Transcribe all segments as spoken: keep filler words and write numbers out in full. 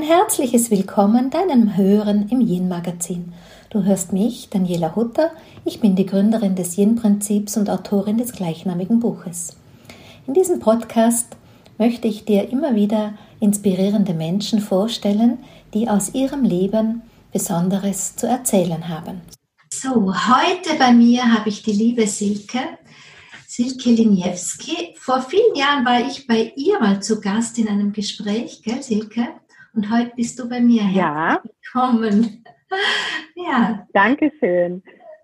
herzliches Willkommen deinem Hören im Yin-Magazin. Du hörst mich, Daniela Hutter. Ich bin die Gründerin des Yin-Prinzips und Autorin des gleichnamigen Buches. In diesem Podcast möchte ich dir immer wieder inspirierende Menschen vorstellen, die aus ihrem Leben Besonderes zu erzählen haben. So, heute bei mir habe ich die liebe Silke, Silke Liniewski. Vor vielen Jahren war ich bei ihr mal zu Gast in einem Gespräch, gell Silke? Und heute bist du bei mir. Ja. Willkommen. Ja. Dankeschön.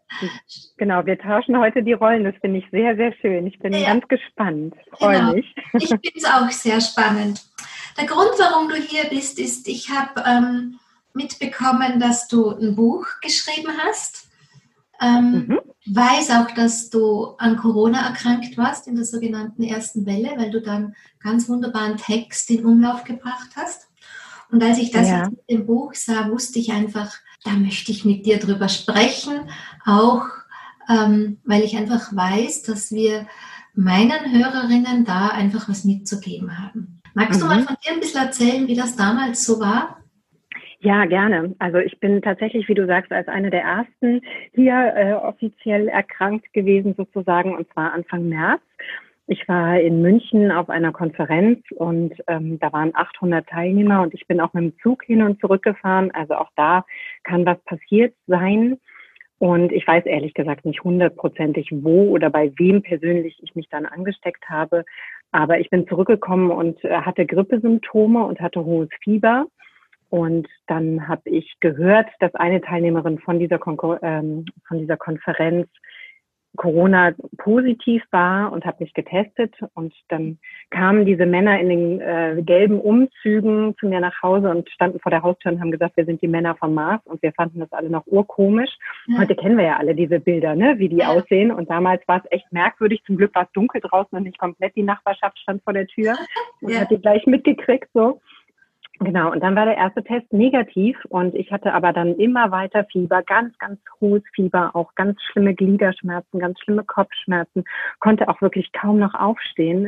Genau, wir tauschen heute die Rollen. Das finde ich sehr, sehr schön. Ich bin ja. ganz gespannt. Freue genau. mich. Ich finde es auch sehr spannend. Der Grund, warum du hier bist, ist, ich habe ähm, mitbekommen, dass du ein Buch geschrieben hast. Ähm, mhm. Weiß auch, dass du an Corona erkrankt warst, in der sogenannten ersten Welle, weil du dann ganz wunderbaren Text in Umlauf gebracht hast. Und als ich das ja. jetzt mit dem Buch sah, wusste ich einfach, da möchte ich mit dir drüber sprechen, auch ähm, weil ich einfach weiß, dass wir meinen Hörerinnen da einfach was mitzugeben haben. Magst mhm. du mal von dir ein bisschen erzählen, wie das damals so war? Ja, gerne. Also ich bin tatsächlich, wie du sagst, als eine der ersten hier äh, offiziell erkrankt gewesen sozusagen, und zwar Anfang März. Ich war in München auf einer Konferenz und ähm, da waren achthundert Teilnehmer und ich bin auch mit dem Zug hin und zurück gefahren. Also auch da kann was passiert sein. Und ich weiß ehrlich gesagt nicht hundertprozentig, wo oder bei wem persönlich ich mich dann angesteckt habe. Aber ich bin zurückgekommen und äh, hatte Grippesymptome und hatte hohes Fieber. Und dann habe ich gehört, dass eine Teilnehmerin von dieser, Kon- ähm, von dieser Konferenz Corona positiv war und habe mich getestet. Und dann kamen diese Männer in den äh, gelben Umzügen zu mir nach Hause und standen vor der Haustür und haben gesagt, wir sind die Männer vom Mars. Und wir fanden das alle noch urkomisch. Ja. Heute kennen wir ja alle diese Bilder, ne, wie die ja. aussehen. Und damals war es echt merkwürdig. Zum Glück war es dunkel draußen und nicht komplett die Nachbarschaft stand vor der Tür und ja. hat die gleich mitgekriegt so. Genau, und dann war der erste Test negativ und ich hatte aber dann immer weiter Fieber, ganz, ganz hohes Fieber, auch ganz schlimme Gliederschmerzen, ganz schlimme Kopfschmerzen, konnte auch wirklich kaum noch aufstehen.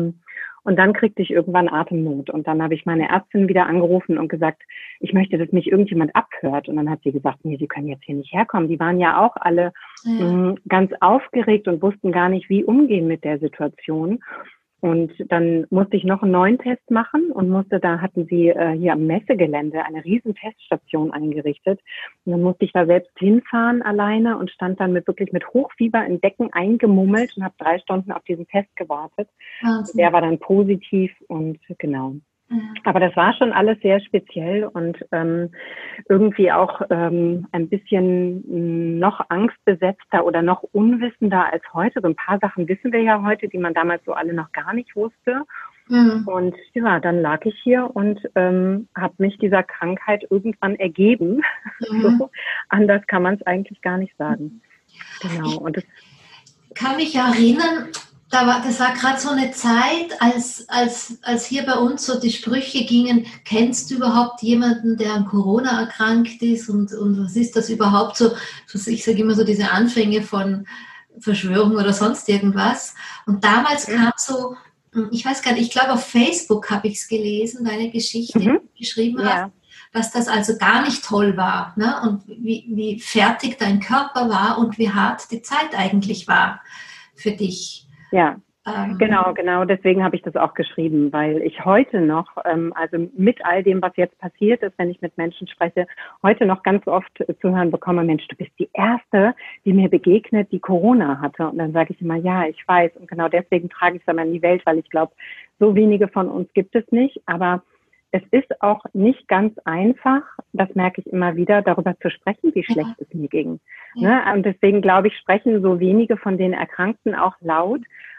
Und dann kriegte ich irgendwann Atemnot und dann habe ich meine Ärztin wieder angerufen und gesagt, ich möchte, dass mich irgendjemand abhört. Und dann hat sie gesagt, nee, Sie können jetzt hier nicht herkommen. Die waren ja auch alle ja. mh, ganz aufgeregt und wussten gar nicht, wie umgehen mit der Situation. Und dann musste ich noch einen neuen Test machen und musste, da hatten sie äh, hier am Messegelände eine riesen Teststation eingerichtet. Und dann musste ich da selbst hinfahren alleine und stand dann mit wirklich mit Hochfieber in Decken eingemummelt und habe drei Stunden auf diesen Test gewartet. Also. Der war dann positiv und genau. Ja. Aber das war schon alles sehr speziell und ähm, irgendwie auch ähm, ein bisschen noch angstbesetzter oder noch unwissender als heute. So ein paar Sachen wissen wir ja heute, die man damals so alle noch gar nicht wusste. Mhm. Und ja, dann lag ich hier und ähm, habe mich dieser Krankheit irgendwann ergeben. Mhm. So, anders kann man es eigentlich gar nicht sagen. Genau. Und das ich kann mich erinnern, Da war, das war gerade so eine Zeit, als, als, als hier bei uns so die Sprüche gingen, kennst du überhaupt jemanden, der an Corona erkrankt ist und, und was ist das überhaupt so, so ich sage immer so diese Anfänge von Verschwörung oder sonst irgendwas. Und damals mhm. kam so, ich weiß gar nicht, ich glaube auf Facebook habe ich es gelesen, deine Geschichte, mhm. die du geschrieben ja. hast, dass das also gar nicht toll war, ne? Und wie, wie fertig dein Körper war und wie hart die Zeit eigentlich war für dich. Ja, ähm. genau, genau. Deswegen habe ich das auch geschrieben, weil ich heute noch, ähm, also mit all dem, was jetzt passiert ist, wenn ich mit Menschen spreche, heute noch ganz oft zu hören bekomme, Mensch, du bist die Erste, die mir begegnet, die Corona hatte. Und dann sage ich immer, ja, ich weiß. Und genau deswegen trage ich es einmal in die Welt, weil ich glaube, so wenige von uns gibt es nicht. Aber es ist auch nicht ganz einfach, das merke ich immer wieder, darüber zu sprechen, wie schlecht ja. es mir ging. Ja. Ne? Und deswegen, glaube ich, sprechen so wenige von den Erkrankten auch laut,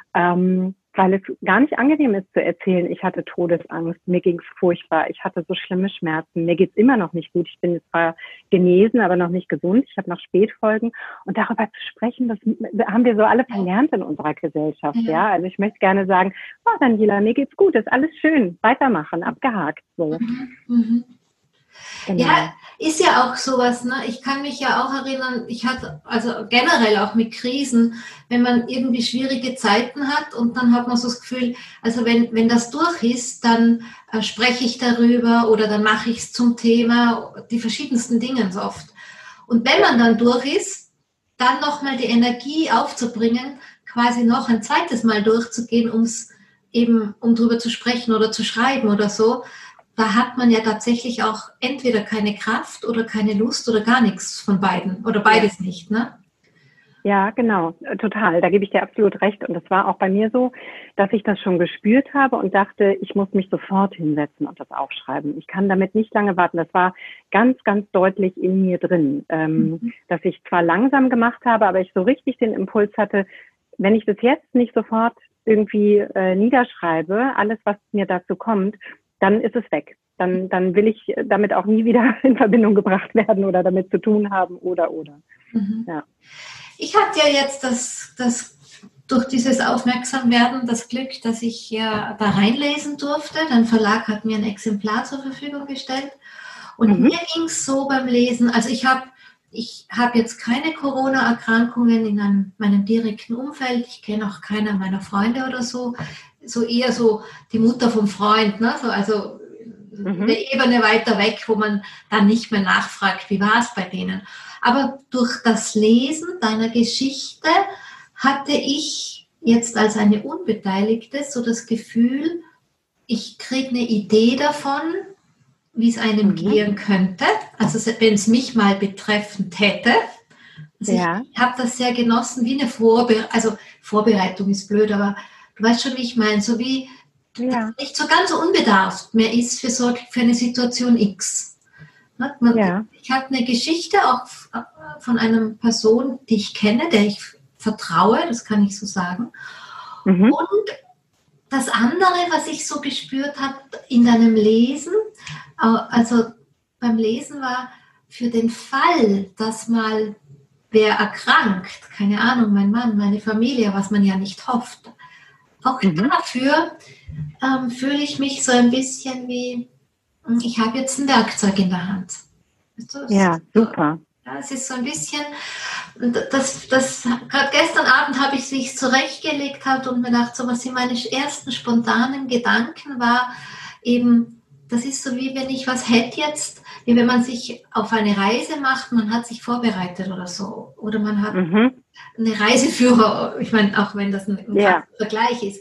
ähm, weil es gar nicht angenehm ist zu erzählen, ich hatte Todesangst, mir ging es furchtbar, ich hatte so schlimme Schmerzen, mir geht es immer noch nicht gut, ich bin jetzt zwar genesen, aber noch nicht gesund, ich habe noch Spätfolgen. Und darüber zu sprechen, das haben wir so alle verlernt in unserer Gesellschaft. Ja, ja? Also ich möchte gerne sagen, oh Daniela, mir geht's gut, ist alles schön, weitermachen, abgehakt. So. Mhm. Mhm. Genau. Ja, ist ja auch sowas, ne? Ich kann mich ja auch erinnern, ich hatte, also generell auch mit Krisen, wenn man irgendwie schwierige Zeiten hat und dann hat man so das Gefühl, also wenn, wenn das durch ist, dann äh, spreche ich darüber oder dann mache ich es zum Thema, die verschiedensten Dinge so oft. Und wenn man dann durch ist, dann nochmal die Energie aufzubringen, quasi noch ein zweites Mal durchzugehen, ums eben, um drüber zu sprechen oder zu schreiben oder so, da hat man ja tatsächlich auch entweder keine Kraft oder keine Lust oder gar nichts von beiden oder beides ja. nicht, ne? Ja, genau, total. Da gebe ich dir absolut recht. Und das war auch bei mir so, dass ich das schon gespürt habe und dachte, ich muss mich sofort hinsetzen und das aufschreiben. Ich kann damit nicht lange warten. Das war ganz, ganz deutlich in mir drin, ähm, mhm. dass ich zwar langsam gemacht habe, aber ich so richtig den Impuls hatte, wenn ich das jetzt nicht sofort irgendwie äh, niederschreibe, alles, was mir dazu kommt, dann ist es weg. Dann, dann will ich damit auch nie wieder in Verbindung gebracht werden oder damit zu tun haben oder, oder. Mhm. Ja. Ich hatte ja jetzt das, das durch dieses Aufmerksamwerden das Glück, dass ich ja da reinlesen durfte. Dein Verlag hat mir ein Exemplar zur Verfügung gestellt. Und mhm. mir ging es so beim Lesen, also ich habe ich hab jetzt keine Corona-Erkrankungen in einem, meinem direkten Umfeld. Ich kenne auch keiner meiner Freunde oder so. So eher so die Mutter vom Freund, ne? So, also mhm. eine Ebene weiter weg, wo man dann nicht mehr nachfragt, wie war es bei denen. Aber durch das Lesen deiner Geschichte hatte ich jetzt als eine Unbeteiligte so das Gefühl, ich kriege eine Idee davon, wie es einem mhm. gehen könnte. Also wenn es mich mal betreffend hätte. Also ja. Ich habe das sehr genossen, wie eine Vorbereitung. Also Vorbereitung ist blöd, aber du weißt schon, wie ich meine. So wie ja. nicht so ganz unbedarft mehr ist für, so, für eine Situation X. Man, ja. Ich habe eine Geschichte auch von einer Person, die ich kenne, der ich vertraue, das kann ich so sagen. Mhm. Und das andere, was ich so gespürt habe in deinem Lesen, also beim Lesen war für den Fall, dass mal wer erkrankt, keine Ahnung, mein Mann, meine Familie, was man ja nicht hofft, auch mhm. dafür ähm, fühle ich mich so ein bisschen wie, ich habe jetzt ein Werkzeug in der Hand. Also, ja, super. Ja, es ist so ein bisschen, das, das, gerade gestern Abend habe ich sich zurechtgelegt halt und mir gedacht, so was sind meine ersten spontanen Gedanken war, eben, das ist so wie wenn ich was hätte jetzt, wie wenn man sich auf eine Reise macht, man hat sich vorbereitet oder so. Oder man hat mhm. eine Reiseführer, ich meine, auch wenn das ein, ein ja. Vergleich ist.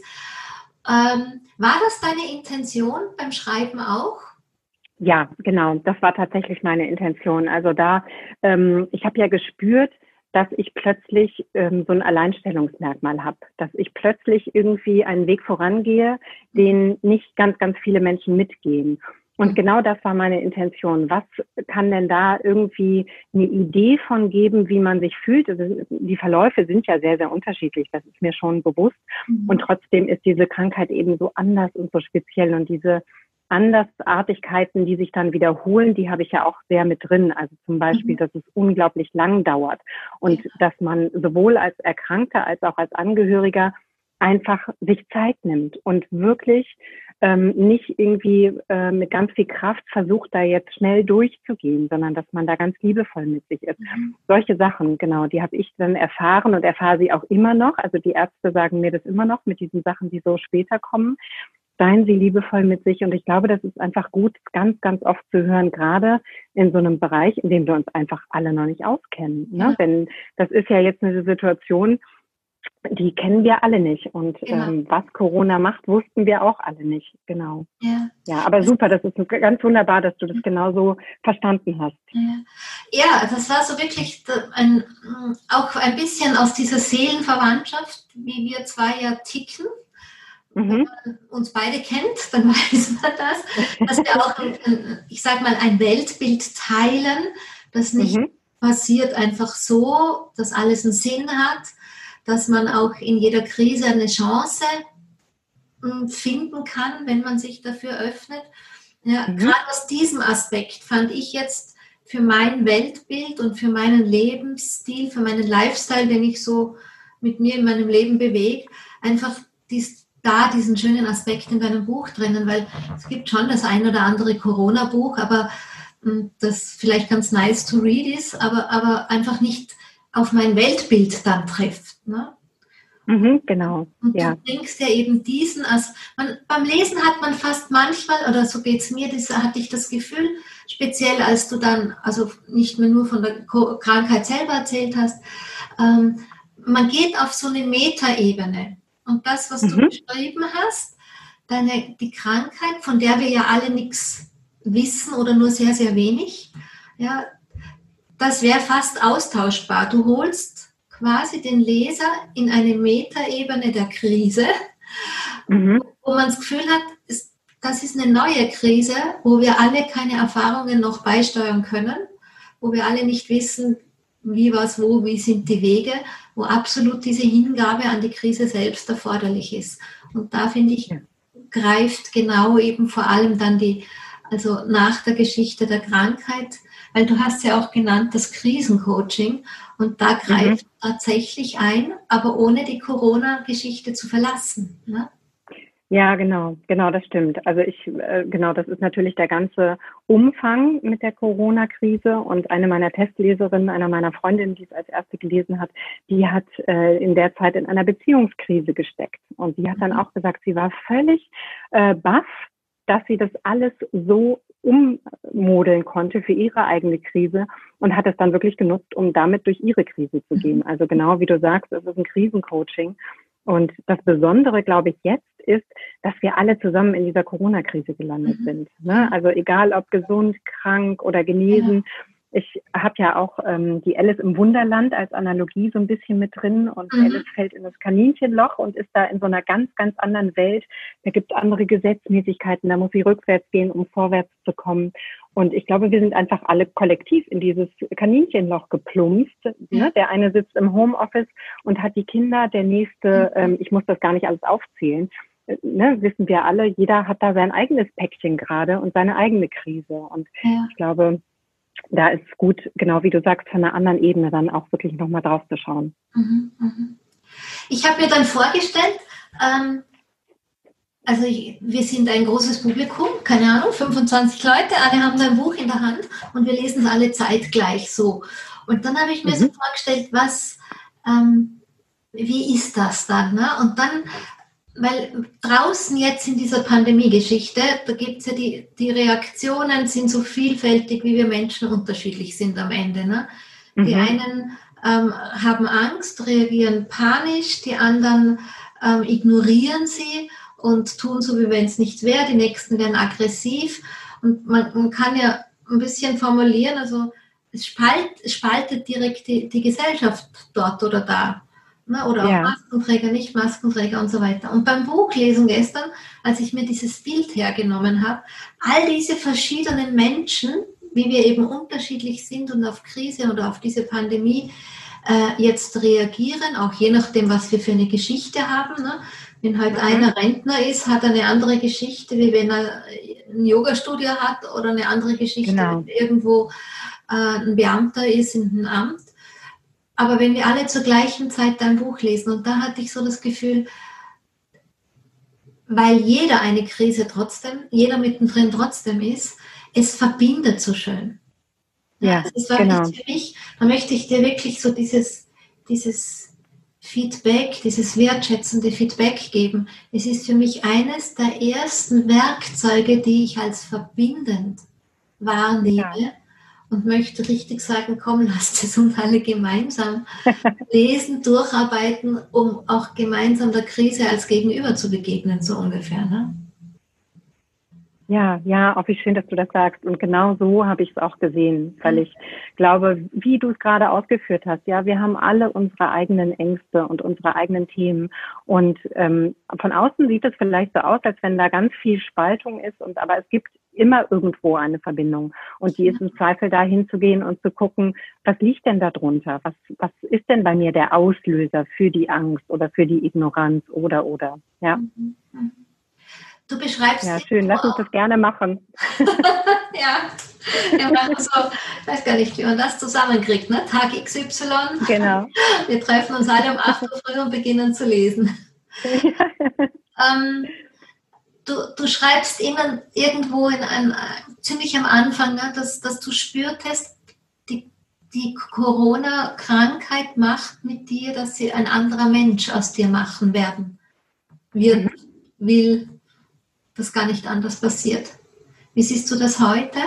Ähm, war das deine Intention beim Schreiben auch? Ja, genau. Das war tatsächlich meine Intention. Also da, ähm, ich habe ja gespürt, dass ich plötzlich ähm, so ein Alleinstellungsmerkmal habe, dass ich plötzlich irgendwie einen Weg vorangehe, den nicht ganz, ganz viele Menschen mitgehen. Und genau das war meine Intention. Was kann denn da irgendwie eine Idee von geben, wie man sich fühlt? Also die Verläufe sind ja sehr, sehr unterschiedlich. Das ist mir schon bewusst. Und trotzdem ist diese Krankheit eben so anders und so speziell. Und diese Andersartigkeiten, die sich dann wiederholen, die habe ich ja auch sehr mit drin. Also zum Beispiel, dass es unglaublich lang dauert und dass man sowohl als Erkrankter als auch als Angehöriger einfach sich Zeit nimmt und wirklich ähm, nicht irgendwie äh, mit ganz viel Kraft versucht, da jetzt schnell durchzugehen, sondern dass man da ganz liebevoll mit sich ist. Mhm. Solche Sachen, genau, die habe ich dann erfahren und erfahre sie auch immer noch. Also die Ärzte sagen mir das immer noch mit diesen Sachen, die so später kommen. Seien Sie liebevoll mit sich. Und ich glaube, das ist einfach gut, ganz, ganz oft zu hören, gerade in so einem Bereich, in dem wir uns einfach alle noch nicht auskennen. Ne? Ja. Denn das ist ja jetzt eine Situation, die kennen wir alle nicht. Und genau. ähm, was Corona macht, wussten wir auch alle nicht. Genau. Ja, ja, aber super, das ist ganz wunderbar, dass du das genauso verstanden hast. Ja, ja, das war so wirklich ein, auch ein bisschen aus dieser Seelenverwandtschaft, wie wir zwei ja ticken. Mhm. Wenn man uns beide kennt, dann weiß man das, dass wir auch, ein, ein, ich sage mal, ein Weltbild teilen, das nicht mhm. passiert einfach so, dass alles einen Sinn hat, dass man auch in jeder Krise eine Chance finden kann, wenn man sich dafür öffnet. Ja, mhm. Gerade aus diesem Aspekt fand ich jetzt für mein Weltbild und für meinen Lebensstil, für meinen Lifestyle, den ich so mit mir in meinem Leben bewege, einfach dies, da diesen schönen Aspekt in deinem Buch drinnen, weil es gibt schon das ein oder andere Corona-Buch, aber das vielleicht ganz nice to read ist, aber, aber einfach nicht auf mein Weltbild dann trifft. Ne? Mhm, genau. Und ja. du bringst ja eben diesen, also man, beim Lesen hat man fast manchmal, oder so geht es mir, das, hatte ich das Gefühl, speziell als du dann, also nicht mehr nur von der Krankheit selber erzählt hast, ähm, man geht auf so eine Metaebene. Und das, was du mhm. beschrieben hast, deine, die Krankheit, von der wir ja alle nichts wissen oder nur sehr, sehr wenig, ja, das wäre fast austauschbar. Du holst quasi den Leser in eine Metaebene der Krise, mhm. wo man das Gefühl hat, das ist eine neue Krise, wo wir alle keine Erfahrungen noch beisteuern können, wo wir alle nicht wissen, wie, was, wo, wie sind die Wege, wo absolut diese Hingabe an die Krise selbst erforderlich ist. Und da finde ich, ja. greift genau eben vor allem dann die, also nach der Geschichte der Krankheit, weil du hast ja auch genannt das Krisencoaching und da greift mhm. tatsächlich ein, aber ohne die Corona-Geschichte zu verlassen. Ne? Ja, genau, genau, das stimmt. Also ich, äh, genau, das ist natürlich der ganze Umfang mit der Corona-Krise und eine meiner Testleserinnen, einer meiner Freundinnen, die es als erste gelesen hat, die hat äh, in der Zeit in einer Beziehungskrise gesteckt und die hat dann auch gesagt, sie war völlig äh, baff, dass sie das alles so ummodeln konnte für ihre eigene Krise und hat es dann wirklich genutzt, um damit durch ihre Krise zu gehen. Also genau wie du sagst, es ist ein Krisencoaching. Und das Besondere, glaube ich, jetzt ist, dass wir alle zusammen in dieser Corona-Krise gelandet sind. Ne? Also egal ob gesund, krank oder genesen. Ich habe ja auch ähm, die Alice im Wunderland als Analogie so ein bisschen mit drin und mhm. Alice fällt in das Kaninchenloch und ist da in so einer ganz, ganz anderen Welt. Da gibt es andere Gesetzmäßigkeiten, da muss sie rückwärts gehen, um vorwärts zu kommen. Und ich glaube, wir sind einfach alle kollektiv in dieses Kaninchenloch geplumpst. Mhm. Ne? Der eine sitzt im Homeoffice und hat die Kinder, der nächste, mhm. ähm, ich muss das gar nicht alles aufzählen, ne? Wissen wir alle, jeder hat da sein eigenes Päckchen gerade und seine eigene Krise. Und ja. ich glaube, da ist es gut, genau wie du sagst, von einer anderen Ebene dann auch wirklich nochmal drauf zu schauen. Mhm, mhm. Ich habe mir dann vorgestellt, ähm, also ich, wir sind ein großes Publikum, keine Ahnung, fünfundzwanzig Leute, alle haben ein Buch in der Hand und wir lesen es alle zeitgleich so. Und dann habe ich mir mhm. so vorgestellt, was, ähm, wie ist das dann? Ne? Und dann, weil draußen jetzt in dieser Pandemie-Geschichte, da gibt es ja die, die Reaktionen sind so vielfältig, wie wir Menschen unterschiedlich sind am Ende. Ne? Mhm. Die einen ähm, haben Angst, reagieren panisch, die anderen ähm, ignorieren sie und tun so, wie wenn es nichts wäre, die nächsten werden aggressiv. Und man, man kann ja ein bisschen formulieren, also es spalt, spaltet direkt die, die Gesellschaft dort oder da. Ne, oder auch ja. Maskenträger, nicht Maskenträger und so weiter. Und beim Buchlesen gestern, als ich mir dieses Bild hergenommen habe, all diese verschiedenen Menschen, wie wir eben unterschiedlich sind und auf Krise oder auf diese Pandemie äh, jetzt reagieren, auch je nachdem, was wir für eine Geschichte haben. Ne? Wenn halt mhm. einer Rentner ist, hat er eine andere Geschichte, wie wenn er ein Yoga-Studio hat oder eine andere Geschichte, genau. wenn irgendwo äh, ein Beamter ist in einem Amt. Aber wenn wir alle zur gleichen Zeit dein Buch lesen, und da hatte ich so das Gefühl, weil jeder eine Krise trotzdem, jeder mittendrin trotzdem ist, es verbindet so schön. Ja, also das war genau. für mich, da möchte ich dir wirklich so dieses, dieses Feedback, dieses wertschätzende Feedback geben. Es ist für mich eines der ersten Werkzeuge, die ich als verbindend wahrnehme. Ja. Und möchte richtig sagen, komm, lasst es uns alle gemeinsam lesen, durcharbeiten, um auch gemeinsam der Krise als Gegenüber zu begegnen, so ungefähr. Ne? Ja, ja, auch wie schön, dass du das sagst. Und genau so habe ich es auch gesehen, weil ich glaube, wie du es gerade ausgeführt hast, ja, wir haben alle unsere eigenen Ängste und unsere eigenen Themen. Und ähm, von außen sieht es vielleicht so aus, als wenn da ganz viel Spaltung ist, und aber es gibt immer irgendwo eine Verbindung. Und die ist im Zweifel da hinzugehen und zu gucken, was liegt denn da drunter? Was, was ist denn bei mir der Auslöser für die Angst oder für die Ignoranz oder, oder, ja. Du beschreibst... Ja, schön, lass uns das gerne machen. ja, wir machen so, ich weiß gar nicht, wie man das zusammenkriegt, ne? Tag X Y. Genau. Wir treffen uns alle um acht Uhr früh und beginnen zu lesen. ähm, du, du schreibst immer irgendwo in ein, ziemlich am Anfang, ne, dass, dass du spürtest, die, die Corona-Krankheit macht mit dir, dass sie ein anderer Mensch aus dir machen werden. Wird, will, das gar nicht anders passiert. Wie siehst du das heute?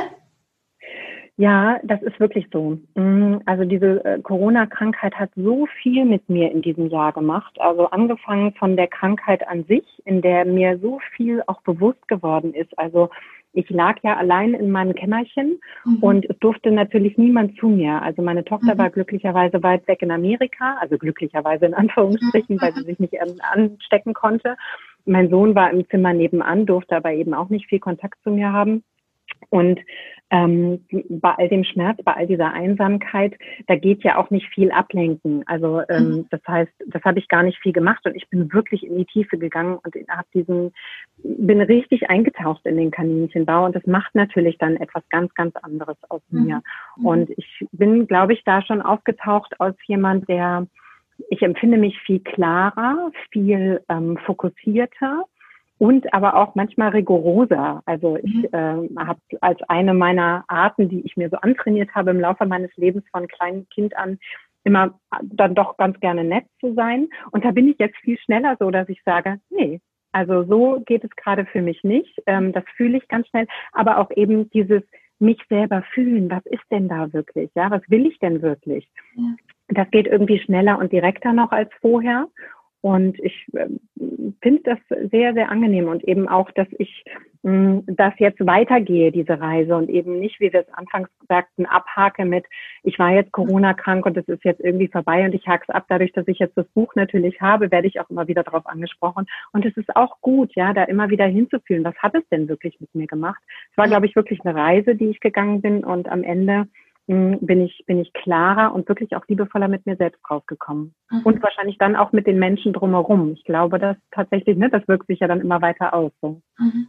Ja, das ist wirklich so. Also diese äh, Corona-Krankheit hat so viel mit mir in diesem Jahr gemacht. Also angefangen von der Krankheit an sich, in der mir so viel auch bewusst geworden ist. Also ich lag ja allein in meinem Kämmerchen mhm. und es durfte natürlich niemand zu mir. Also meine Tochter mhm. war glücklicherweise weit weg in Amerika, also glücklicherweise in Anführungsstrichen, mhm. weil sie sich nicht anstecken konnte. Mein Sohn war im Zimmer nebenan, durfte aber eben auch nicht viel Kontakt zu mir haben. Und ähm, bei all dem Schmerz, bei all dieser Einsamkeit, da geht ja auch nicht viel ablenken. Also ähm, das heißt, das habe ich gar nicht viel gemacht und ich bin wirklich in die Tiefe gegangen und habe diesen, bin richtig eingetaucht in den Kaninchenbau und das macht natürlich dann etwas ganz, ganz anderes aus mir. Mhm. Und ich bin, glaube ich, da schon aufgetaucht als jemand, der, ich empfinde mich viel klarer, viel ähm, fokussierter. Und aber auch manchmal rigoroser. Also ich äh, habe als eine meiner Arten, die ich mir so antrainiert habe im Laufe meines Lebens von kleinem Kind an, immer dann doch ganz gerne nett zu sein. Und da bin ich jetzt viel schneller so, dass ich sage, nee, also so geht es gerade für mich nicht. Ähm, das fühle ich ganz schnell. Aber auch eben dieses mich selber fühlen. Was ist denn da wirklich? Ja, was will ich denn wirklich? Ja. Das geht irgendwie schneller und direkter noch als vorher. Und ich äh, finde das sehr, sehr angenehm und eben auch, dass ich mh, das jetzt weitergehe, diese Reise und eben nicht, wie wir es anfangs sagten, abhake mit, ich war jetzt Corona-krank und es ist jetzt irgendwie vorbei und ich hake es ab. Dadurch, dass ich jetzt das Buch natürlich habe, werde ich auch immer wieder darauf angesprochen. Und es ist auch gut, ja, da immer wieder hinzufühlen, was hat es denn wirklich mit mir gemacht? Es war, glaube ich, wirklich eine Reise, die ich gegangen bin und am Ende bin ich, bin ich klarer und wirklich auch liebevoller mit mir selbst rausgekommen. Mhm. Und wahrscheinlich dann auch mit den Menschen drumherum. Ich glaube, das tatsächlich, ne, das wirkt sich ja dann immer weiter aus. So. Mhm.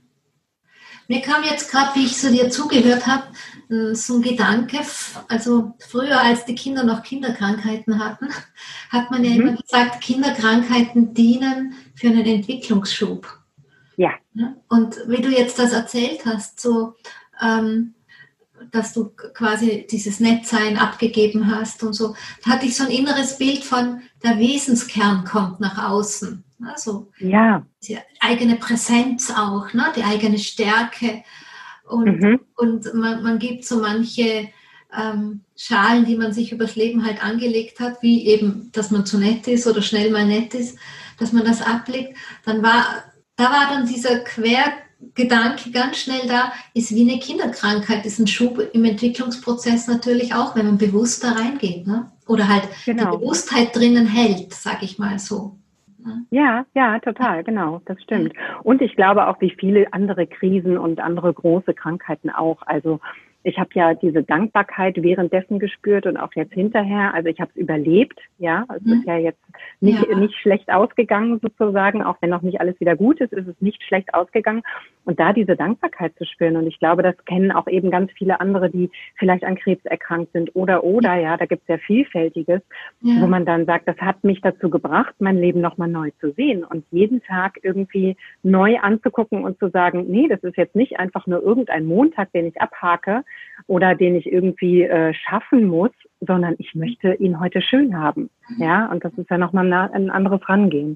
Mir kam jetzt gerade, wie ich so dir zugehört habe, so ein Gedanke, also früher, als die Kinder noch Kinderkrankheiten hatten, hat man ja mhm. immer gesagt, Kinderkrankheiten dienen für einen Entwicklungsschub. Ja. Und wie du jetzt das erzählt hast, so, ähm, dass du quasi dieses Nettsein abgegeben hast und so, da hatte ich so ein inneres Bild von, der Wesenskern kommt nach außen. Also ja. Die eigene Präsenz auch, ne? Die eigene Stärke. Und, mhm. und man, man gibt so manche ähm, Schalen, die man sich übers Leben halt angelegt hat, wie eben, dass man zu nett ist oder schnell mal nett ist, dass man das ablegt. Dann war, da war dann dieser Quer Gedanke ganz schnell da, ist wie eine Kinderkrankheit, ist ein Schub im Entwicklungsprozess natürlich auch, wenn man bewusst da reingeht, ne? Oder halt genau. die Bewusstheit drinnen hält, sag ich mal so. Ne? Ja, ja, total, genau, das stimmt. Und ich glaube auch, wie viele andere Krisen und andere große Krankheiten auch, also ich habe ja diese Dankbarkeit währenddessen gespürt und auch jetzt hinterher. Also ich habe es überlebt, ja. Es mhm. ist ja jetzt nicht, ja. nicht schlecht ausgegangen sozusagen, auch wenn noch nicht alles wieder gut ist, ist es nicht schlecht ausgegangen. Und da diese Dankbarkeit zu spüren. Und ich glaube, das kennen auch eben ganz viele andere, die vielleicht an Krebs erkrankt sind oder, oder, ja, da gibt es ja Vielfältiges, ja. wo man dann sagt, das hat mich dazu gebracht, mein Leben nochmal neu zu sehen und jeden Tag irgendwie neu anzugucken und zu sagen, nee, das ist jetzt nicht einfach nur irgendein Montag, den ich abhake, oder den ich irgendwie äh, schaffen muss, sondern ich möchte ihn heute schön haben. Ja, und das ist ja nochmal ein anderes Rangehen.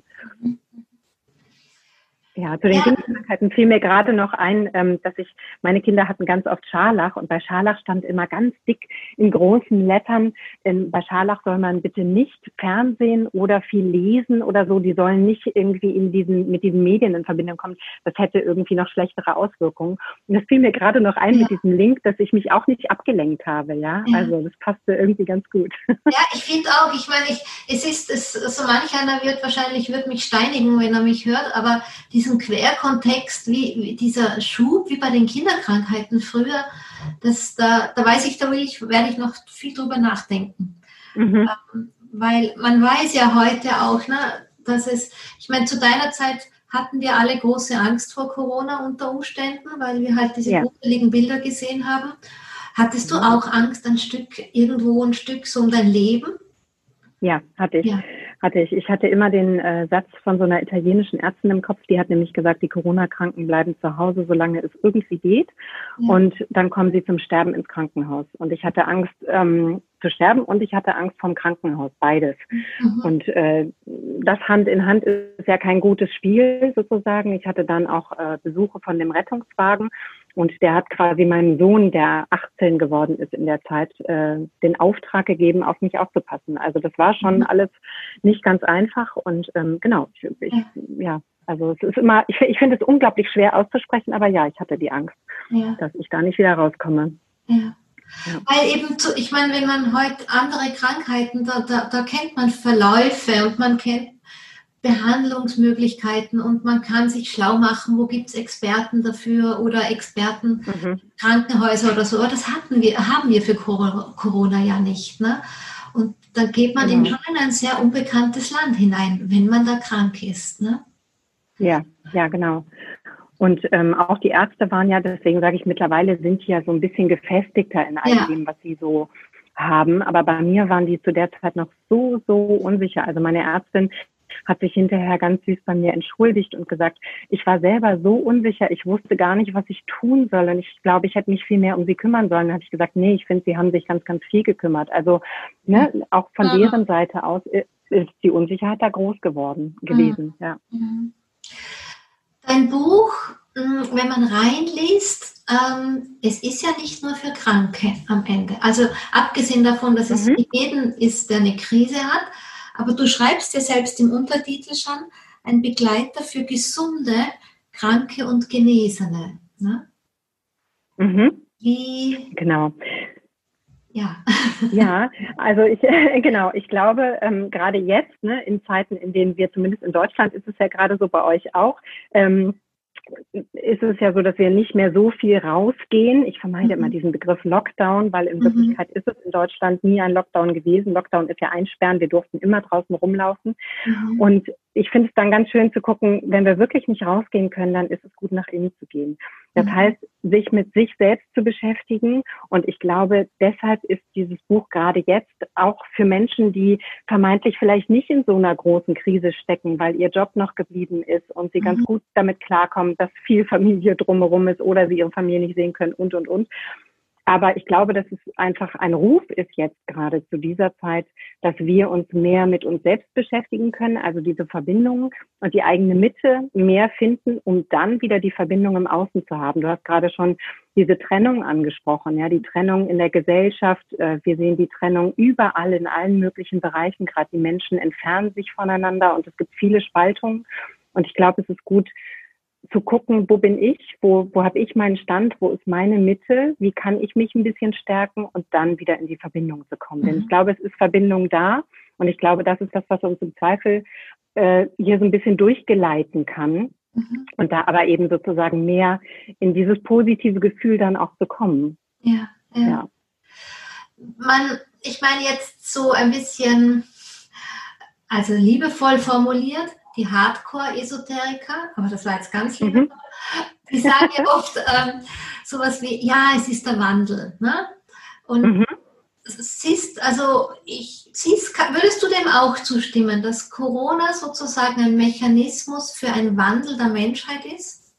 Ja, zu den ja. Kinderkrankheiten fiel mir gerade noch ein, ähm, dass ich, meine Kinder hatten ganz oft Scharlach und bei Scharlach stand immer ganz dick in großen Lettern, ähm, bei Scharlach soll man bitte nicht Fernsehen oder viel lesen oder so, die sollen nicht irgendwie in diesen, mit diesen Medien in Verbindung kommen, das hätte irgendwie noch schlechtere Auswirkungen. Und das fiel mir gerade noch ein ja. mit diesem Link, dass ich mich auch nicht abgelenkt habe, ja, ja. also das passte irgendwie ganz gut. Ja, ich finde auch, ich meine, ich, es ist, es, so manch einer wird wahrscheinlich, wird mich steinigen, wenn er mich hört, aber die diesen Querkontext, wie, wie dieser Schub, wie bei den Kinderkrankheiten früher, das, da, da weiß ich, da will ich, werde ich noch viel drüber nachdenken. Mhm. Ähm, weil man weiß ja heute auch, ne, dass es, ich meine, zu deiner Zeit hatten wir alle große Angst vor Corona unter Umständen, weil wir halt diese ja. gruseligen Bilder gesehen haben. Hattest du auch Angst, ein Stück, irgendwo ein Stück so um dein Leben? Ja, hatte ich. Ja. hatte ich. Ich hatte immer den äh, Satz von so einer italienischen Ärztin im Kopf, die hat nämlich gesagt, die Corona-Kranken bleiben zu Hause, solange es irgendwie geht. Ja. Und dann kommen sie zum Sterben ins Krankenhaus. Und ich hatte Angst ähm, zu sterben und ich hatte Angst vom Krankenhaus, beides. Mhm. Und äh, das Hand in Hand ist ja kein gutes Spiel sozusagen. Ich hatte dann auch äh, Besuche von dem Rettungswagen. Und der hat quasi meinem Sohn, der achtzehn geworden ist in der Zeit, äh, den Auftrag gegeben, auf mich aufzupassen. Also das war schon mhm. alles nicht ganz einfach. Und ähm, genau, ich, ich, ja. ja, also es ist immer, ich, ich finde es unglaublich schwer auszusprechen, aber ja, ich hatte die Angst, ja. dass ich da nicht wieder rauskomme. Ja. Ja. Weil eben, zu, ich meine, wenn man heute andere Krankheiten, da, da, da kennt man Verläufe und man kennt Behandlungsmöglichkeiten und man kann sich schlau machen, wo gibt es Experten dafür oder Experten, mhm. Krankenhäuser oder so. Aber das hatten wir, haben wir für Corona ja nicht. Ne? Und da geht man genau. eben schon in ein sehr unbekanntes Land hinein, wenn man da krank ist. Ne? Ja, ja, genau. Und ähm, auch die Ärzte waren ja, deswegen sage ich, mittlerweile sind die ja so ein bisschen gefestigter in all ja. dem, was sie so haben. Aber bei mir waren die zu der Zeit noch so, so unsicher. Also meine Ärztin hat sich hinterher ganz süß bei mir entschuldigt und gesagt, ich war selber so unsicher, ich wusste gar nicht, was ich tun soll. Und ich glaube, ich hätte mich viel mehr um sie kümmern sollen. Dann habe ich gesagt, nee, ich finde, sie haben sich ganz, ganz viel gekümmert. Also ne, auch von mhm. deren Seite aus ist die Unsicherheit da groß geworden gewesen. Mhm. Ja. Dein Buch, wenn man reinliest, ähm, es ist ja nicht nur für Kranke am Ende. Also abgesehen davon, dass es mhm. für jeden ist, der eine Krise hat, aber du schreibst ja selbst im Untertitel schon, ein Begleiter für gesunde, Kranke und Genesene. Ne? Mhm. Wie? Genau. Ja. Ja, also ich, genau, ich glaube, ähm, gerade jetzt, ne, in Zeiten, in denen wir, zumindest in Deutschland ist es ja gerade so, bei euch auch, ähm, ist es ja so, dass wir nicht mehr so viel rausgehen. Ich vermeide mhm. immer diesen Begriff Lockdown, weil in mhm. Wirklichkeit ist es in Deutschland nie ein Lockdown gewesen. Lockdown ist ja einsperren, wir durften immer draußen rumlaufen. Mhm. Und ich finde es dann ganz schön zu gucken, wenn wir wirklich nicht rausgehen können, dann ist es gut, nach innen zu gehen. Das mhm. heißt, sich mit sich selbst zu beschäftigen. Und ich glaube, deshalb ist dieses Buch gerade jetzt auch für Menschen, die vermeintlich vielleicht nicht in so einer großen Krise stecken, weil ihr Job noch geblieben ist und sie mhm. ganz gut damit klarkommen, dass viel Familie drumherum ist oder sie ihre Familie nicht sehen können und, und, und. Aber ich glaube, dass es einfach ein Ruf ist jetzt gerade zu dieser Zeit, dass wir uns mehr mit uns selbst beschäftigen können, also diese Verbindung und die eigene Mitte mehr finden, um dann wieder die Verbindung im Außen zu haben. Du hast gerade schon diese Trennung angesprochen, ja, die Trennung in der Gesellschaft. Wir sehen die Trennung überall in allen möglichen Bereichen. Gerade die Menschen entfernen sich voneinander und es gibt viele Spaltungen. Und ich glaube, es ist gut, zu gucken, wo bin ich, wo, wo habe ich meinen Stand, wo ist meine Mitte, wie kann ich mich ein bisschen stärken und dann wieder in die Verbindung zu kommen. Mhm. Denn ich glaube, es ist Verbindung da und ich glaube, das ist das, was uns im Zweifel äh, hier so ein bisschen durchgeleiten kann mhm. und da aber eben sozusagen mehr in dieses positive Gefühl dann auch zu kommen. Ja, ja. ja. Man, ich meine jetzt so ein bisschen, also liebevoll formuliert, die Hardcore-Esoteriker, aber das war jetzt ganz lieb, mhm. die sagen ja oft ähm, sowas wie, ja, es ist der Wandel. Ne? Und mhm. siehst, also ich, siehst, würdest du dem auch zustimmen, dass Corona sozusagen ein Mechanismus für einen Wandel der Menschheit ist?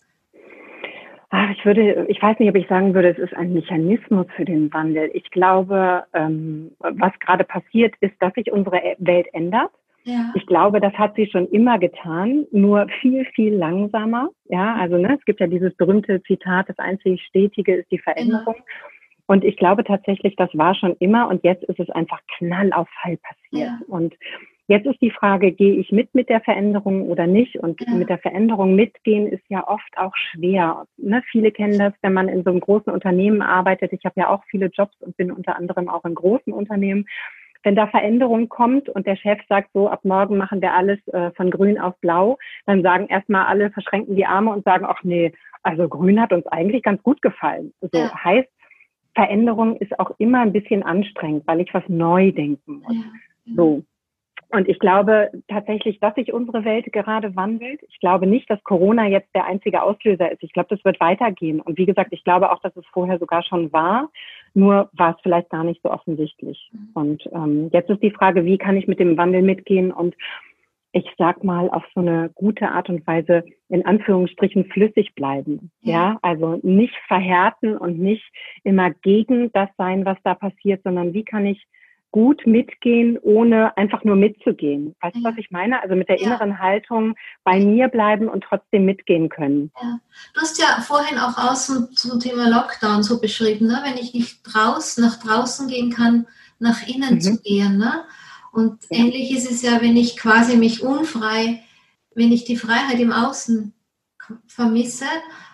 Ach, ich würde, ich weiß nicht, ob ich sagen würde, es ist ein Mechanismus für den Wandel. Ich glaube, ähm, was gerade passiert, ist, dass sich unsere Welt ändert. Ja. Ich glaube, das hat sie schon immer getan, nur viel, viel langsamer. Ja, also ne, es gibt ja dieses berühmte Zitat, das einzig Stetige ist die Veränderung. Ja. Und ich glaube tatsächlich, das war schon immer und jetzt ist es einfach knall auf Fall passiert. Ja. Und jetzt ist die Frage, gehe ich mit mit der Veränderung oder nicht? Und ja. mit der Veränderung mitgehen ist ja oft auch schwer. Ne, viele kennen das, wenn man in so einem großen Unternehmen arbeitet. Ich habe ja auch viele Jobs und bin unter anderem auch in großen Unternehmen. Wenn da Veränderung kommt und der Chef sagt so, ab morgen machen wir alles äh, von grün auf blau, dann sagen erstmal alle, verschränken die Arme und sagen, ach nee, also grün hat uns eigentlich ganz gut gefallen. So ja. heißt, Veränderung ist auch immer ein bisschen anstrengend, weil ich was neu denken muss. Ja. So. Und ich glaube tatsächlich, dass sich unsere Welt gerade wandelt. Ich glaube nicht, dass Corona jetzt der einzige Auslöser ist. Ich glaube, das wird weitergehen. Und wie gesagt, ich glaube auch, dass es vorher sogar schon war. Nur war es vielleicht gar nicht so offensichtlich. Und ähm, jetzt ist die Frage, wie kann ich mit dem Wandel mitgehen und ich sag mal, auf so eine gute Art und Weise in Anführungsstrichen flüssig bleiben. Ja, ja? Also nicht verhärten und nicht immer gegen das sein, was da passiert, sondern wie kann ich gut mitgehen, ohne einfach nur mitzugehen. Weißt du, ja. was ich meine? Also mit der ja. inneren Haltung bei mir bleiben und trotzdem mitgehen können. Ja. Du hast ja vorhin auch außen zum Thema Lockdown so beschrieben, ne? Wenn ich nicht draußen, nach draußen gehen kann, nach innen mhm. zu gehen, ne? Und ja. ähnlich ist es ja, wenn ich quasi mich unfrei, wenn ich die Freiheit im Außen vermisse,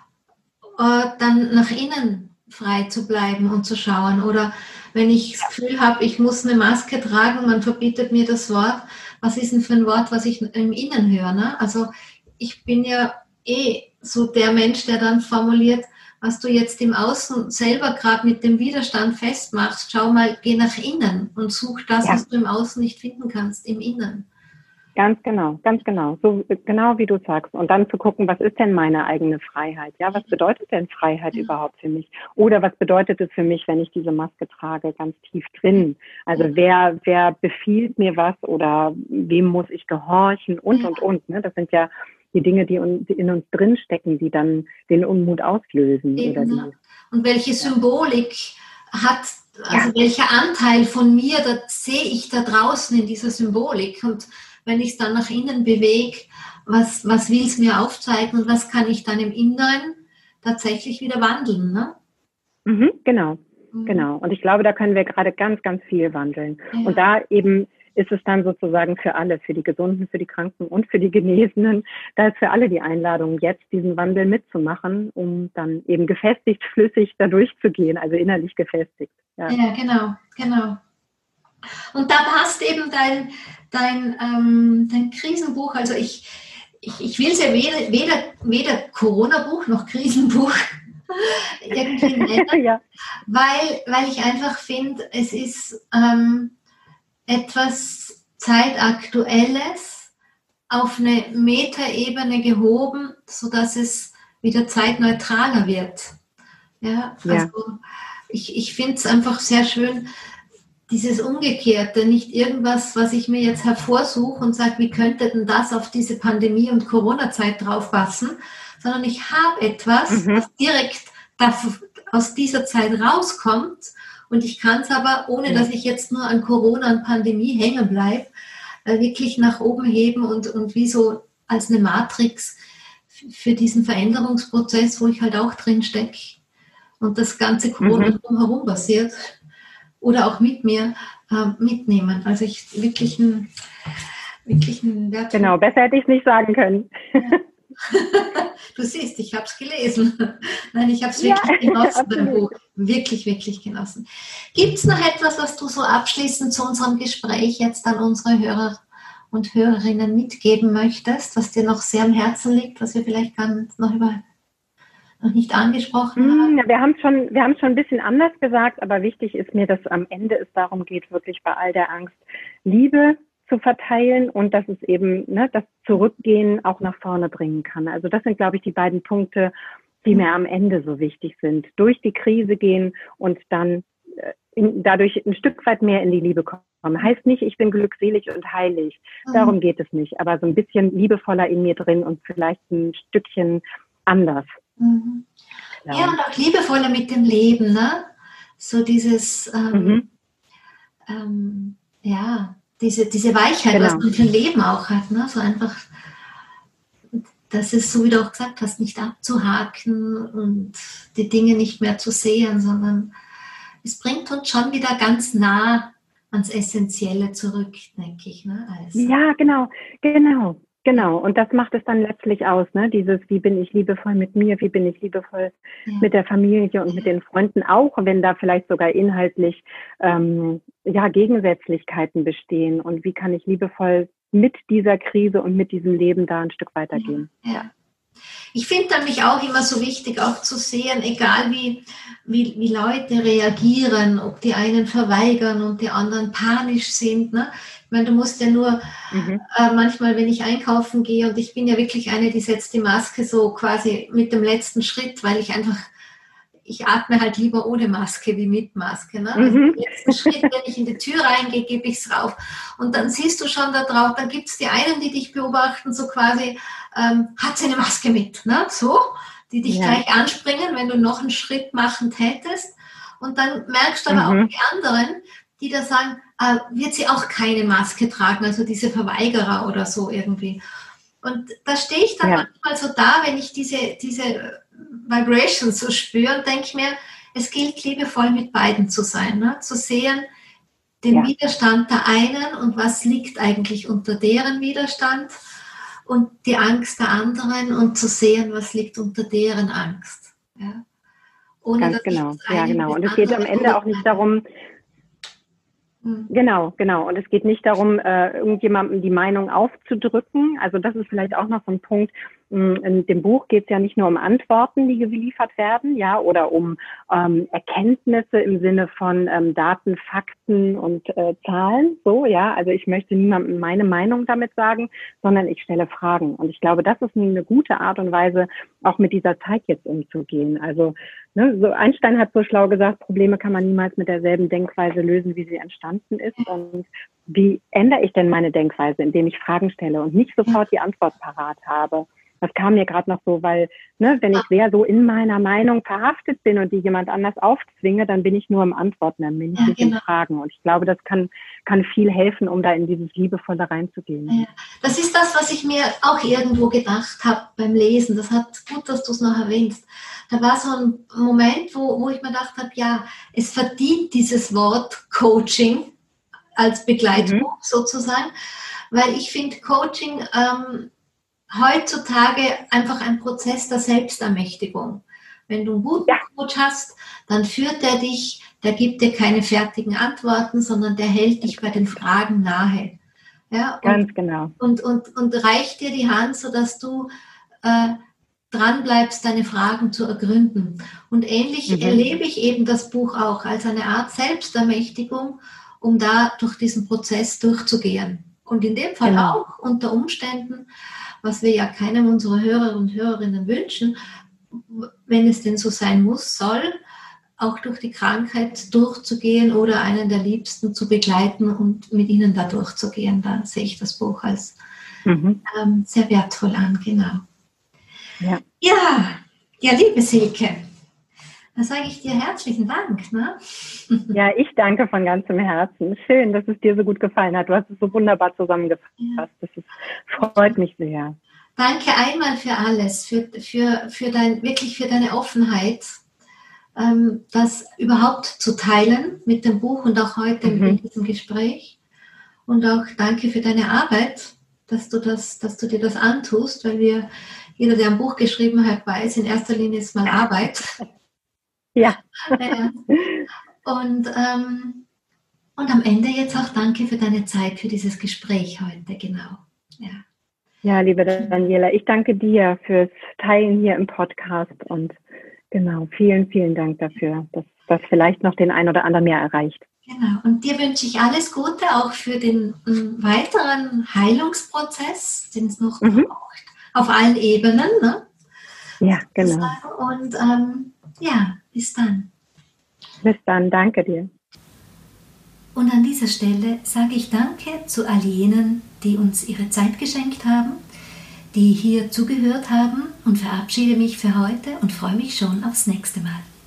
äh, dann nach innen frei zu bleiben und zu schauen. Oder wenn ich das Gefühl habe, ich muss eine Maske tragen, man verbietet mir das Wort. Was ist denn für ein Wort, was ich im Innen höre? Ne? Also ich bin ja eh so der Mensch, der dann formuliert, was du jetzt im Außen selber gerade mit dem Widerstand festmachst, schau mal, geh nach innen und such das, ja. was du im Außen nicht finden kannst, im Innen. Ganz genau, ganz genau. So genau wie du sagst. Und dann zu gucken, was ist denn meine eigene Freiheit? Ja, was bedeutet denn Freiheit ja. überhaupt für mich? Oder was bedeutet es für mich, wenn ich diese Maske trage, ganz tief drin? Also ja. wer, wer befiehlt mir was oder wem muss ich gehorchen und, ja. und, und. Ne? Das sind ja die Dinge, die in uns drinstecken, die dann den Unmut auslösen. Eben, oder die, ja. Und welche Symbolik hat, also ja. welcher Anteil von mir, da sehe ich da draußen in dieser Symbolik. Und wenn ich es dann nach innen bewege, was, was will es mir aufzeigen und was kann ich dann im Inneren tatsächlich wieder wandeln, ne? Mhm, genau, mhm. genau. Und ich glaube, da können wir gerade ganz, ganz viel wandeln. Ja. Und da eben ist es dann sozusagen für alle, für die Gesunden, für die Kranken und für die Genesenen, da ist für alle die Einladung, jetzt diesen Wandel mitzumachen, um dann eben gefestigt, flüssig da durchzugehen, also innerlich gefestigt. Ja, ja genau, genau. Und da passt eben dein, dein, ähm, dein Krisenbuch, also ich, ich, ich will es ja weder, weder, weder Corona-Buch noch Krisenbuch irgendwie nennen, ja. weil, weil ich einfach finde, es ist ähm, etwas Zeitaktuelles auf eine Metaebene gehoben, sodass es wieder zeitneutraler wird. Ja, also ja. ich, ich finde es einfach sehr schön, dieses Umgekehrte, nicht irgendwas, was ich mir jetzt hervorsuche und sage, wie könnte denn das auf diese Pandemie- und Corona-Zeit draufpassen, sondern ich habe etwas, mhm. was direkt aus dieser Zeit rauskommt und ich kann es aber, ohne ja. dass ich jetzt nur an Corona und Pandemie hängen bleibe, wirklich nach oben heben und, und wie so als eine Matrix für diesen Veränderungsprozess, wo ich halt auch drin stecke und das ganze Corona mhm. drumherum passiert, oder auch mit mir äh, mitnehmen. Also ich wirklich ein, wirklich ein Wert. Genau, besser hätte ich es nicht sagen können. Ja. Du siehst, ich habe es gelesen. Nein, ich habe es wirklich ja, genossen beim Buch. Wirklich, wirklich genossen. Gibt es noch etwas, was du so abschließend zu unserem Gespräch jetzt an unsere Hörer und Hörerinnen mitgeben möchtest, was dir noch sehr am Herzen liegt, was wir vielleicht ganz noch über noch nicht angesprochen haben? Ja, wir haben es schon, wir haben schon ein bisschen anders gesagt, aber wichtig ist mir, dass am Ende es darum geht, wirklich bei all der Angst Liebe zu verteilen und dass es eben ne, das Zurückgehen auch nach vorne bringen kann. Also das sind, glaube ich, die beiden Punkte, die mir am Ende so wichtig sind. Durch die Krise gehen und dann äh, in, dadurch ein Stück weit mehr in die Liebe kommen. Heißt nicht, ich bin glückselig und heilig. Darum geht es nicht. Aber so ein bisschen liebevoller in mir drin und vielleicht ein Stückchen anders. Mhm. Ja. ja, und auch liebevoller mit dem Leben, ne? So dieses, ähm, mhm. ähm, ja, diese, diese Weichheit, genau. was man für ein Leben auch hat, ne? So einfach, dass es, so wie du auch gesagt hast, nicht abzuhaken und die Dinge nicht mehr zu sehen, sondern es bringt uns schon wieder ganz nah ans Essentielle zurück, denke ich, ne? Also. Ja, genau, genau. Genau, und das macht es dann letztlich aus, ne? Dieses, wie bin ich liebevoll mit mir, wie bin ich liebevoll ja. mit der Familie und mit den Freunden, auch wenn da vielleicht sogar inhaltlich ähm, ja, Gegensätzlichkeiten bestehen und wie kann ich liebevoll mit dieser Krise und mit diesem Leben da ein Stück weitergehen. Ja, ja. Ich finde nämlich auch immer so wichtig, auch zu sehen, egal wie, wie, wie Leute reagieren, ob die einen verweigern und die anderen panisch sind. Ne? Ich meine, du musst ja nur mhm. äh, manchmal, wenn ich einkaufen gehe, und ich bin ja wirklich eine, die setzt die Maske so quasi mit dem letzten Schritt, weil ich einfach ich atme halt lieber ohne Maske wie mit Maske. Ne? Also Mhm. im letzten Schritt, wenn ich in die Tür reingehe, gebe ich es rauf. Und dann siehst du schon da drauf, dann gibt es die einen, die dich beobachten, so quasi, ähm, hat sie eine Maske mit, ne? So, die dich Ja. gleich anspringen, wenn du noch einen Schritt machen tätest. Und dann merkst du aber Mhm. auch die anderen, die da sagen, äh, wird sie auch keine Maske tragen, also diese Verweigerer oder so irgendwie. Und da stehe ich dann Ja. manchmal so da, wenn ich diese, diese Vibrations so spüre und denke mir, es gilt liebevoll mit beiden zu sein, ne? Zu sehen, den Ja. Widerstand der einen und was liegt eigentlich unter deren Widerstand und die Angst der anderen und zu sehen, was liegt unter deren Angst. Ja? Ohne Ganz dass genau, ich das ja eine genau. das Und es geht am Ende auch nicht darum, hm. genau, genau. Und es geht nicht darum, äh, irgendjemandem die Meinung aufzudrücken. Also das ist vielleicht auch noch so ein Punkt. In dem Buch geht es ja nicht nur um Antworten, die geliefert werden, ja, oder um ähm, Erkenntnisse im Sinne von ähm, Daten, Fakten und äh, Zahlen, so, ja. Also ich möchte niemandem meine Meinung damit sagen, sondern ich stelle Fragen. Und ich glaube, das ist eine gute Art und Weise, auch mit dieser Zeit jetzt umzugehen. Also ne, so Einstein hat so schlau gesagt, Probleme kann man niemals mit derselben Denkweise lösen, wie sie entstanden ist. Und wie ändere ich denn meine Denkweise, indem ich Fragen stelle und nicht sofort die Antwort parat habe? Das kam mir gerade noch so, weil, ne, wenn ich sehr so in meiner Meinung verhaftet bin und die jemand anders aufzwinge, dann bin ich nur im Antworten, dann bin ich Ja, nicht genau. im Fragen. Und ich glaube, das kann, kann viel helfen, um da in dieses Liebevolle reinzugehen. Ja, das ist das, was ich mir auch irgendwo gedacht habe beim Lesen. Das hat gut, dass du es noch erwähnst. Da war so ein Moment, wo, wo ich mir gedacht habe, ja, es verdient dieses Wort Coaching als Begleitbuch Mhm. sozusagen, weil ich finde Coaching ähm, heutzutage einfach ein Prozess der Selbstermächtigung. Wenn du einen guten Ja. Coach hast, dann führt er dich, der gibt dir keine fertigen Antworten, sondern der hält dich bei den Fragen nahe. Ja, und, Ganz genau. und, und, und reicht dir die Hand, sodass du äh, dran bleibst, deine Fragen zu ergründen. Und ähnlich Mhm. erlebe ich eben das Buch auch als eine Art Selbstermächtigung, um da durch diesen Prozess durchzugehen. Und in dem Fall Genau. auch unter Umständen, was wir ja keinem unserer Hörer und Hörerinnen wünschen, wenn es denn so sein muss, soll, auch durch die Krankheit durchzugehen oder einen der Liebsten zu begleiten und mit ihnen da durchzugehen. Da sehe ich das Buch als Mhm. ähm, sehr wertvoll an, genau. Ja. Ja, ja, liebe Silke, da sage ich dir herzlichen Dank. Ne? Ja, ich danke von ganzem Herzen. Schön, dass es dir so gut gefallen hat. Du hast es so wunderbar zusammengefasst. Ja. Das ist, freut mich sehr. Danke einmal für alles, für, für, für dein, wirklich für deine Offenheit, ähm, das überhaupt zu teilen mit dem Buch und auch heute Mhm. in diesem Gespräch. Und auch danke für deine Arbeit, dass du, das, dass du dir das antust, weil wir, jeder, der ein Buch geschrieben hat, weiß, in erster Linie ist mal Arbeit. Ja. Ja. Und, ähm, und am Ende jetzt auch danke für deine Zeit, für dieses Gespräch heute, genau. Ja. Ja, liebe Daniela, ich danke dir fürs Teilen hier im Podcast und genau, vielen, vielen Dank dafür, dass das vielleicht noch den einen oder anderen mehr erreicht. Genau, und dir wünsche ich alles Gute auch für den um, weiteren Heilungsprozess, den es noch Mhm. braucht, auf allen Ebenen. Ne? Ja, genau. Und ähm, ja, bis dann. Bis dann, danke dir. Und an dieser Stelle sage ich Danke zu all jenen, die uns ihre Zeit geschenkt haben, die hier zugehört haben und verabschiede mich für heute und freue mich schon aufs nächste Mal.